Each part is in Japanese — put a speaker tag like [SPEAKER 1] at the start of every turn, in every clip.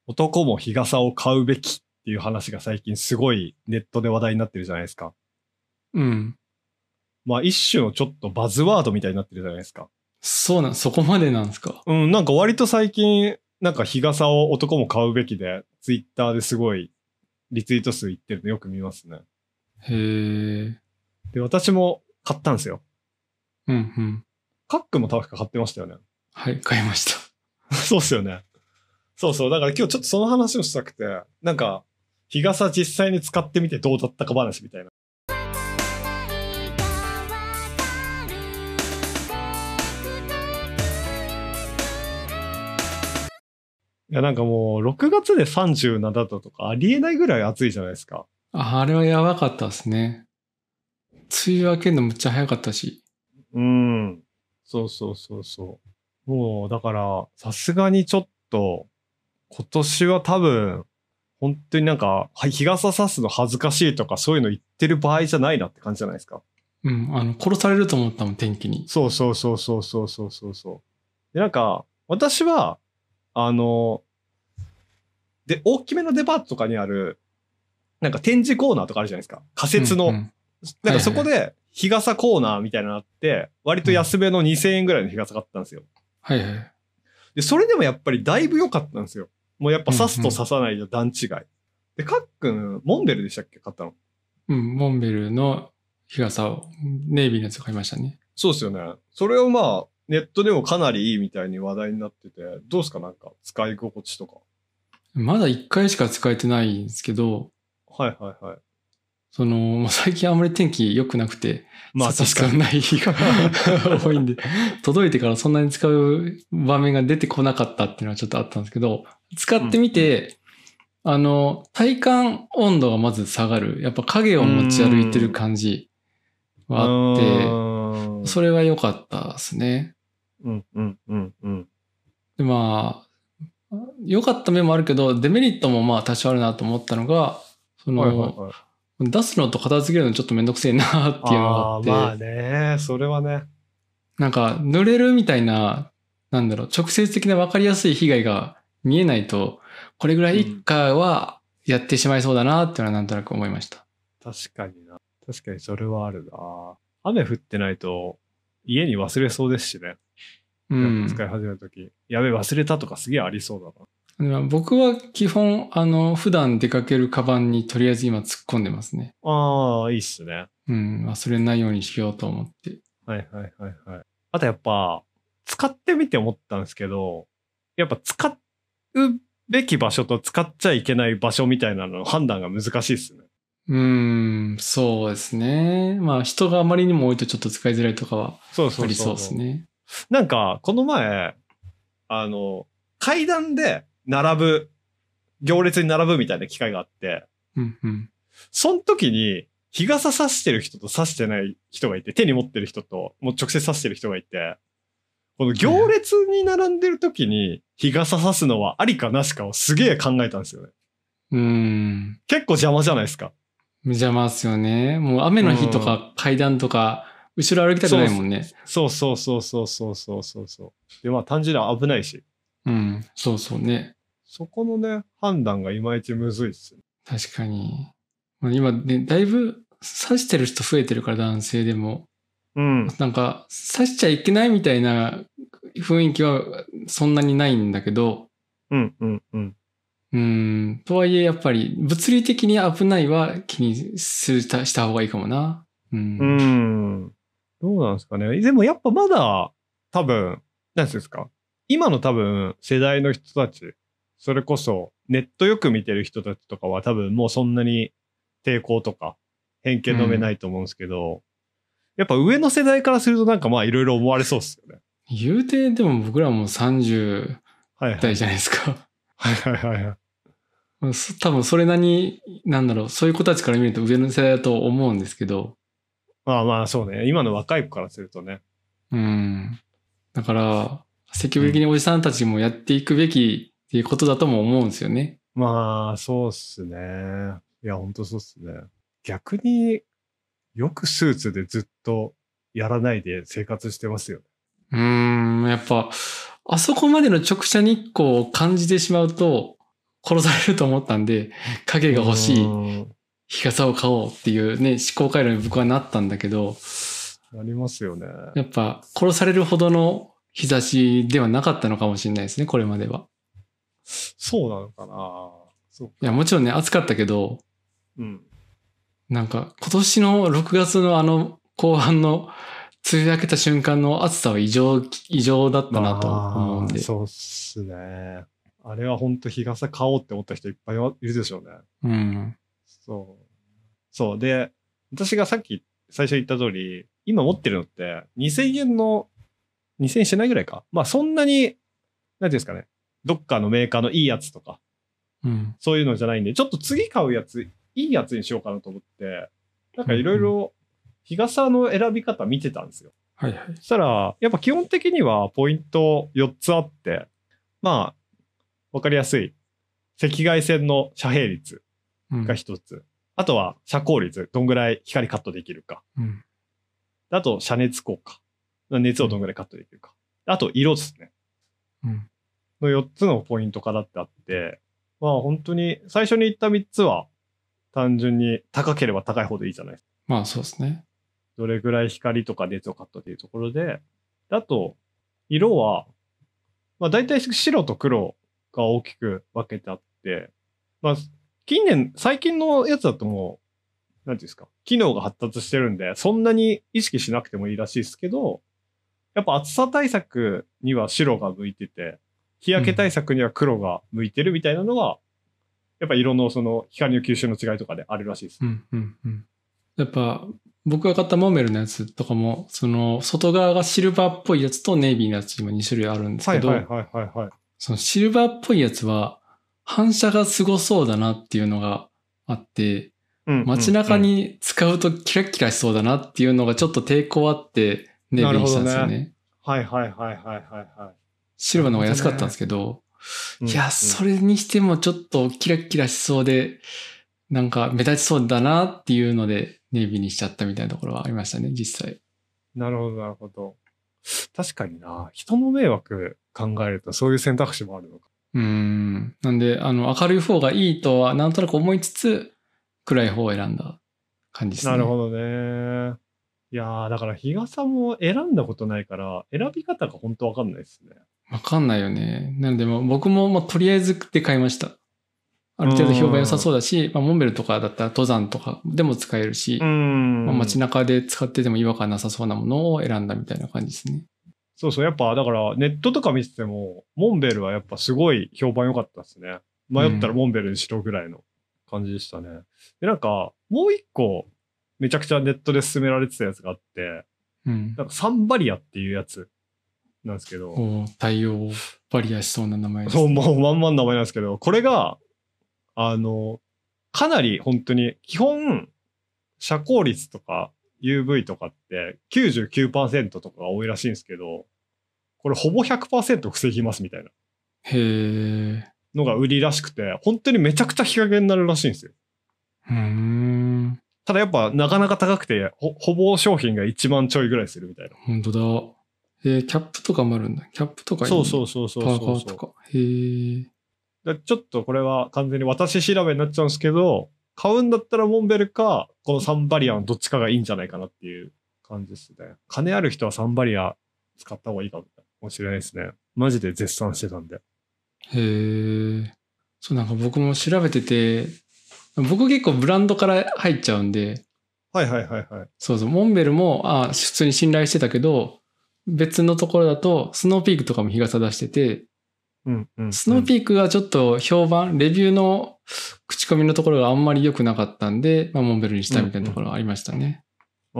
[SPEAKER 1] 男も日傘を買うべきっていう話が最近すごいネットで話題になってるじゃないですか。
[SPEAKER 2] うん。
[SPEAKER 1] まあ一種のちょっとバズワードみたいになってるじゃないですか。
[SPEAKER 2] そこまでなんですか。
[SPEAKER 1] うん、なんか割と最近、なんか日傘を男も買うべきで、ツイッターですごいリツイート数いってるのよく見ますね。
[SPEAKER 2] へえ。
[SPEAKER 1] で、私も買ったんですよ。
[SPEAKER 2] うんうん。
[SPEAKER 1] カックも確か買ってましたよね。
[SPEAKER 2] はい、買いました。
[SPEAKER 1] そうっすよね。そうそう。だから今日ちょっとその話をしたくて、なんか、日傘実際に使ってみてどうだったか話みたいな。いや、なんかもう、6月で37度とかありえないぐらい暑いじゃないですか。
[SPEAKER 2] あれはやばかったですね。梅雨明けるのむっちゃ早かったし。
[SPEAKER 1] うん。そうそうそうそう。もう、だから、さすがにちょっと、今年は多分、本当になんか、はい、日傘差すの恥ずかしいとかそういうの言ってる場合じゃないなって感じじゃないですか。
[SPEAKER 2] うん、殺されると思ったもん、天気に。
[SPEAKER 1] そうそうそうそうそうそうそうそう。で、なんか、私は、で、大きめのデパートとかにある、なんか展示コーナーとかあるじゃないですか。仮設の。
[SPEAKER 2] うんうん、
[SPEAKER 1] なんかそこ
[SPEAKER 2] はいはい。
[SPEAKER 1] で、日傘コーナーみたいなのあって、割と安めの2000円ぐらいの日傘買ったんですよ。
[SPEAKER 2] はいはい。
[SPEAKER 1] で、それでもやっぱりだいぶ良かったんですよ。もうやっぱ刺すと
[SPEAKER 2] うん
[SPEAKER 1] 刺さないと段違い。で、カックン、モンベルでしたっけ買ったの。
[SPEAKER 2] うん。うん、モンベルの日傘を、ネイビーのやつ買いましたね。
[SPEAKER 1] そうですよね。それをまあ、ネットでもかなりいいみたいに話題になってて、どうですかなんか、使い心地とか。
[SPEAKER 2] まだ1回しか使えてないんですけど、
[SPEAKER 1] はいはいはい。
[SPEAKER 2] もう最近あんまり天気良くなくて、
[SPEAKER 1] まあ
[SPEAKER 2] 差し
[SPEAKER 1] 確かに。
[SPEAKER 2] 支えない日が多いんで、届いてからそんなに使う場面が出てこなかったっていうのはちょっとあったんですけど、使ってみて、体感温度がまず下がる。やっぱ影を持ち歩いてる感じはあって、それは良かったですね。
[SPEAKER 1] うんうんうんうん。
[SPEAKER 2] で、まあ、良かった面もあるけど、デメリットもまあ多少あるなと思ったのが、
[SPEAKER 1] はいはいはい。
[SPEAKER 2] 出すのと片付けるのちょっとめんどくせえなっていうのがあ
[SPEAKER 1] ああ、
[SPEAKER 2] っ
[SPEAKER 1] まあ
[SPEAKER 2] て、
[SPEAKER 1] ね。それはね。
[SPEAKER 2] なんか濡れるみたいな、なんだろう、直接的な分かりやすい被害が見えないと、これぐらい以下はやってしまいそうだなっていうのはなんとなく思いました。
[SPEAKER 1] 確かにな。確かにそれはあるな。雨降ってないと家に忘れそうですしね。
[SPEAKER 2] う
[SPEAKER 1] やっぱ使い
[SPEAKER 2] ん。
[SPEAKER 1] 始めるとき。やべえ、忘れたとかすげえありそうだな。
[SPEAKER 2] 僕は基本、普段出かけるカバンにとりあえず今突っ込んでますね。
[SPEAKER 1] ああ、いいっすね。
[SPEAKER 2] うん、忘れないようにしようと思って。
[SPEAKER 1] はいはいはいはい。あとやっぱ、使ってみて思ったんですけど、やっぱ使うべき場所と使っちゃいけない場所みたいなのの判断が難しいっすね。
[SPEAKER 2] そうですね。まあ人があまりにも多いとちょっと使いづらいとかは
[SPEAKER 1] そうそう
[SPEAKER 2] ありそうで
[SPEAKER 1] そうそう。
[SPEAKER 2] すね。
[SPEAKER 1] なんか、この前、あの、階段で行列に並ぶみたいな機会があって、
[SPEAKER 2] うんうん。
[SPEAKER 1] その時に、日傘差してる人と差してない人がいて、手に持ってる人と、もう直接差してる人がいて、この行列に並んでる時に日傘差すのはありかなしかをすげえ考えたんですよね。結構邪魔じゃないですか。
[SPEAKER 2] 邪魔っすよね。もう雨の日とか階段とか、後ろ歩きたくないもんね。
[SPEAKER 1] そうそうそうそうそうそうそうそう。で、まあ単純に危ないし。
[SPEAKER 2] うん、そうそうね。
[SPEAKER 1] そこのね、判断がいまいちむずいっすね。
[SPEAKER 2] 確かに。今ね、だいぶ刺してる人増えてるから男性でも。
[SPEAKER 1] うん。
[SPEAKER 2] なんか刺しちゃいけないみたいな雰囲気はそんなにないんだけど、
[SPEAKER 1] うんうんうん。
[SPEAKER 2] とはいえやっぱり物理的に危ないは気にした方がいいかもな。
[SPEAKER 1] どうなんですかね。でもやっぱまだ、多分、なんですか。今の多分、世代の人たち、それこそ、ネットよく見てる人たちとかは多分もうそんなに抵抗とか、偏見の目ないと思うんですけど、やっぱ上の世代からするとなんかまあいろいろ思われそうですよね。
[SPEAKER 2] 言うて、でも僕らも30
[SPEAKER 1] はいはい。
[SPEAKER 2] 代じゃないですか。
[SPEAKER 1] はいはいはいはい。
[SPEAKER 2] 多分それなりに、そういう子たちから見ると上の世代だと思うんですけど、
[SPEAKER 1] まあまあそうね。今の若い子からするとね。
[SPEAKER 2] だから、積極的におじさんたちもやっていくべきっていうことだとも思うんですよね。
[SPEAKER 1] まあ、そうっすね。いや、ほんとそうっすね。逆によくスーツでずっとやらないで生活してますよね。
[SPEAKER 2] やっぱ、あそこまでの直射日光を感じてしまうと、 殺されると思ったんで、影が欲しい
[SPEAKER 1] うん
[SPEAKER 2] 日傘を買おうっていうね、思考回路に僕はなったんだけど、
[SPEAKER 1] なりますよね。
[SPEAKER 2] やっぱ殺されるほどの日差しではなかったのかもしれないですね、これまでは。
[SPEAKER 1] そうなのかな。そうか。
[SPEAKER 2] いや、もちろんね、暑かったけど、
[SPEAKER 1] うん。
[SPEAKER 2] なんか今年の6月の後半の梅雨明けた瞬間の暑さは異常だったなと思うんで。
[SPEAKER 1] そうっすね。あれは本当日傘買おうって思った人いっぱいいるでしょうね。
[SPEAKER 2] うん。
[SPEAKER 1] そう。そう。で、私がさっき最初言った通り、今持ってるのって2000円の、2000円しないぐらいか。まあそんなに、なんていうんですかね。どっかのメーカーのいいやつとか、
[SPEAKER 2] うん。
[SPEAKER 1] そういうのじゃないんで、ちょっと次買うやつ、いいやつにしようかなと思って、なんかいろいろ日傘の選び方見てたんですよ。
[SPEAKER 2] はいはい。
[SPEAKER 1] そしたら、やっぱ基本的にはポイント4つあって、まあ、わかりやすい。赤外線の遮蔽率
[SPEAKER 2] うん
[SPEAKER 1] が1つ。あとは遮光率、どんぐらい光カットできるか。
[SPEAKER 2] うん。
[SPEAKER 1] あと遮熱効果。熱をどんぐらいカットできるか。あと色ですね。
[SPEAKER 2] うん。
[SPEAKER 1] の4つのポイントからってあって、まあ本当に最初に言った3つは単純に高ければ高いほどいいじゃないですか。
[SPEAKER 2] まあそうですね。
[SPEAKER 1] どれぐらい光とか熱をカットっていうところで、あと、色は、まあ大体白と黒が大きく分けてあって、まあ最近のやつだともう、なんていうんですか、機能が発達してるんで、そんなに意識しなくてもいいらしいですけど、やっぱ暑さ対策には白が向いてて、日焼け対策には黒が向いてるみたいなのは、やっぱ色のその光の吸収の違いとかであるらしいです。
[SPEAKER 2] うんうんうん。やっぱ僕が買ったモンベルのやつとかも、その外側がシルバーっぽいやつとネイビーのやつ今2種類あるんですけど、
[SPEAKER 1] はいはい。
[SPEAKER 2] そのシルバーっぽいやつは反射がすごそうだなっていうのがあって、街中に使うとキラキラしそうだなっていうのがちょっと抵抗あってネイビーにしたんですよね。
[SPEAKER 1] はい。
[SPEAKER 2] シルバーの方が安かったんですけど、いや、それにしてもちょっとキラキラしそうで、なんか目立ちそうだなっていうのでネイビーにしちゃったみたいなところはありましたね、実際。
[SPEAKER 1] なるほど。確かにな。人の迷惑考えるとそういう選択肢もあるのか。
[SPEAKER 2] なんで、明るい方がいいとはなんとなく思いつつ、暗い方を選んだ感じですね。
[SPEAKER 1] なるほどね。いやー、だから日傘も選んだことないから、選び方が本当わかんないですね。
[SPEAKER 2] わかんないよね。なので、僕もとりあえずで買いました。ある程度評判良さそうだし、モンベルとかだったら登山とかでも使えるし、街中で使ってても違和感なさそうなものを選んだみたいな感じですね。
[SPEAKER 1] そう、やっぱだからネットとか見てても、モンベルはやっぱすごい評判良かったですね。迷ったらモンベルにしろぐらいの感じでしたね。で、なんか、もう一個、めちゃくちゃネットで勧められてたやつがあって、なんかサンバリアっていうやつなんですけど。
[SPEAKER 2] 太陽バリアしそうな名前です、
[SPEAKER 1] ね。そう、もうまんまん名前なんですけど、これが、かなり本当に、基本、遮光率とか UV とかって 99% とかが多いらしいんですけど、これほぼ 100% 防ぎますみたいな。
[SPEAKER 2] へー。
[SPEAKER 1] のが売りらしくて、本当にめちゃくちゃ日陰になるらしいんですよ。ただやっぱなかなか高くて、ほぼ商品が1万ちょいぐらいするみたいな。
[SPEAKER 2] 本当だ。キャップとかもあるんだ。キャップとか
[SPEAKER 1] そう。
[SPEAKER 2] パーカーとか。へー。
[SPEAKER 1] ちょっとこれは完全に私調べになっちゃうんですけど、買うんだったらモンベルか、このサンバリアのどっちかがいいんじゃないかなっていう感じですね。金ある人はサンバリア使った方がいいかもしれないですね。マジで絶賛してたんで。
[SPEAKER 2] へー。そう、なんか僕も調べてて、僕結構ブランドから入っちゃうんで。
[SPEAKER 1] はい。
[SPEAKER 2] そう、モンベルも、普通に信頼してたけど、別のところだと、スノーピークとかも日傘出してて、スノーピークがちょっと評判、レビューの口コミのところがあんまり良くなかったんで、モンベルにしたみたいなところがありましたね。
[SPEAKER 1] ま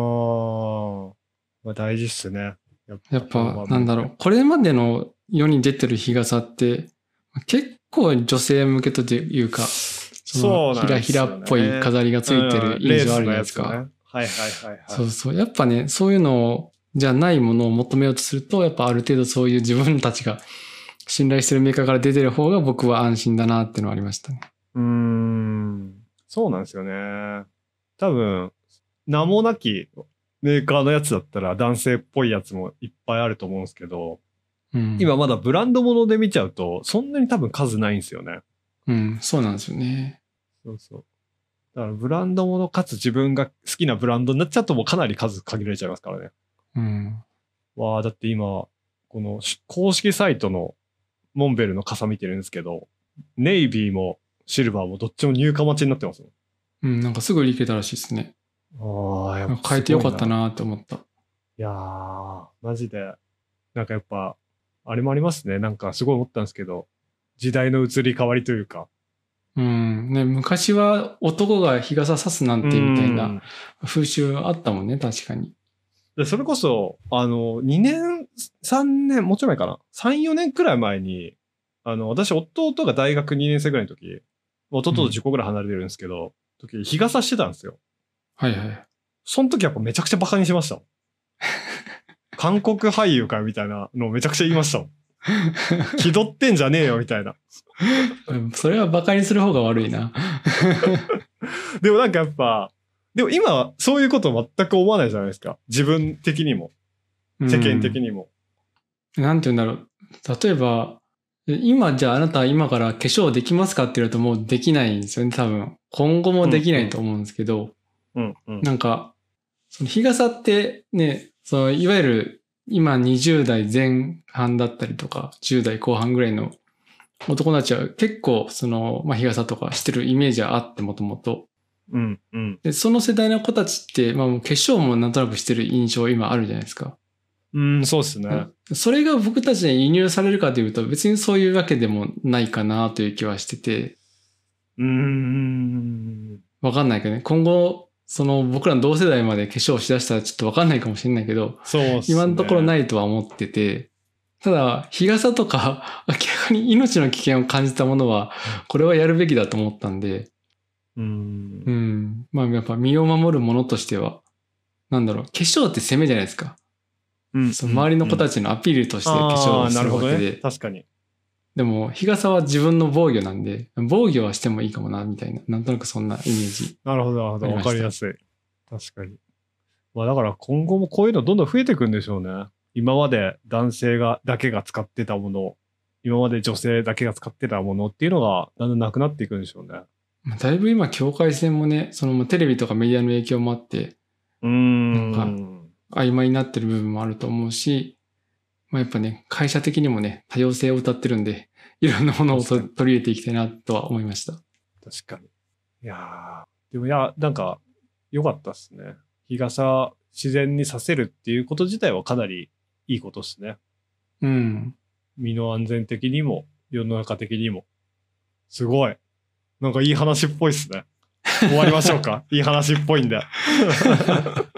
[SPEAKER 1] あ、大事っすね。
[SPEAKER 2] やっぱ、なんだろう、これまでの世に出てる日傘って、結構女性向けというか、
[SPEAKER 1] そうなんですよね。
[SPEAKER 2] ひらっぽい飾りがついてる印象あるじゃないですか。
[SPEAKER 1] はい。
[SPEAKER 2] そう。やっぱね、そういうのじゃないものを求めようとすると、やっぱある程度そういう自分たちが信頼してるメーカーから出てる方が僕は安心だなっていうのはありましたね。
[SPEAKER 1] そうなんですよね。多分、名もなきメーカーのやつだったら男性っぽいやつもいっぱいあると思うんですけど、今まだブランド物で見ちゃうと、そんなに多分数ないんですよね。
[SPEAKER 2] うん、そうなんですよね。
[SPEAKER 1] そうそう。だからブランドものかつ自分が好きなブランドになっちゃうともうかなり数限られちゃいますからね。
[SPEAKER 2] うん。
[SPEAKER 1] わあ、だって今、この公式サイトのモンベルの傘見てるんですけど、ネイビーもシルバーもどっちも入荷待ちになってますよ。
[SPEAKER 2] うん、なんかすぐ売り切れたらしいですね。
[SPEAKER 1] ああ、やっぱ
[SPEAKER 2] 変えてよかったなって思った。
[SPEAKER 1] いやー、マジで。なんかやっぱ、あれもありますね。なんかすごい思ったんですけど、時代の移り変わりというか。
[SPEAKER 2] うん。ね、昔は男が日傘さすなんてみたいな風習あったもんね、確かに。
[SPEAKER 1] でそれこそ、2年、3年、もうちょい前かな。3、4年くらい前に、私、弟が大学2年生ぐらいの時、弟と10個ぐらい離れてるんですけど、時、日傘してたんですよ。
[SPEAKER 2] はいはい。
[SPEAKER 1] その時やっぱめちゃくちゃバカにしました。韓国俳優かよみたいなのをめちゃくちゃ言いましたもん。気取ってんじゃねえよみたいな。
[SPEAKER 2] それはバカにする方が悪いな。
[SPEAKER 1] でもなんかやっぱ、でも今はそういうこと全く思わないじゃないですか。自分的にも。世間的にも。
[SPEAKER 2] なんて言うんだろう。例えば、今じゃああなた今から化粧できますかって言われるともうできないんですよね、多分。今後もできないと思うんですけど、なんか、その日傘ってね、そのいわゆる今20代前半だったりとか、10代後半ぐらいの男たちは結構その、まあ、日傘とかしてるイメージはあってもともと。で、その世代の子たちって、まあもう化粧もなんとなくしてる印象今あるじゃないですか。
[SPEAKER 1] そうですね。
[SPEAKER 2] それが僕たちに輸入されるかというと別にそういうわけでもないかなという気はしてて。わかんないけどね。今後、その僕らの同世代まで化粧しだしたらちょっとわかんないかもしれないけど、
[SPEAKER 1] そうっすね、
[SPEAKER 2] 今のところないとは思ってて、ただ、日傘とか、明らかに命の危険を感じたものは、これはやるべきだと思ったんで、まあやっぱ身を守るものとしては、なんだろう、化粧って攻めじゃないですか。その周りの子たちのアピールとして化粧をするわけで、
[SPEAKER 1] ね、確かに。
[SPEAKER 2] でも、日傘は自分の防御なんで、防御はしてもいいかもな、みたいな。なんとなくそんなイメージ。
[SPEAKER 1] なるほど、なるほど。わかりやすい。確かに。まあだから今後もこういうのどんどん増えていくんでしょうね。今まで男性だけが使ってたもの、今まで女性だけが使ってたものっていうのがだんだんなくなっていくんでしょうね。
[SPEAKER 2] だいぶ今境界線もね、そのテレビとかメディアの影響もあって、なんか曖昧になってる部分もあると思うし、まあ、やっぱね、会社的にもね、多様性を謳ってるんで、いろんなものを取り入れていきたいなとは思いました。
[SPEAKER 1] 確かに。いやー、でもなんか良かったっすね。日傘自然にさせるっていうこと自体はかなりいいことっすね。身の安全的にも、世の中的にも。すごい。なんかいい話っぽいっすね。終わりましょうか。いい話っぽいんで。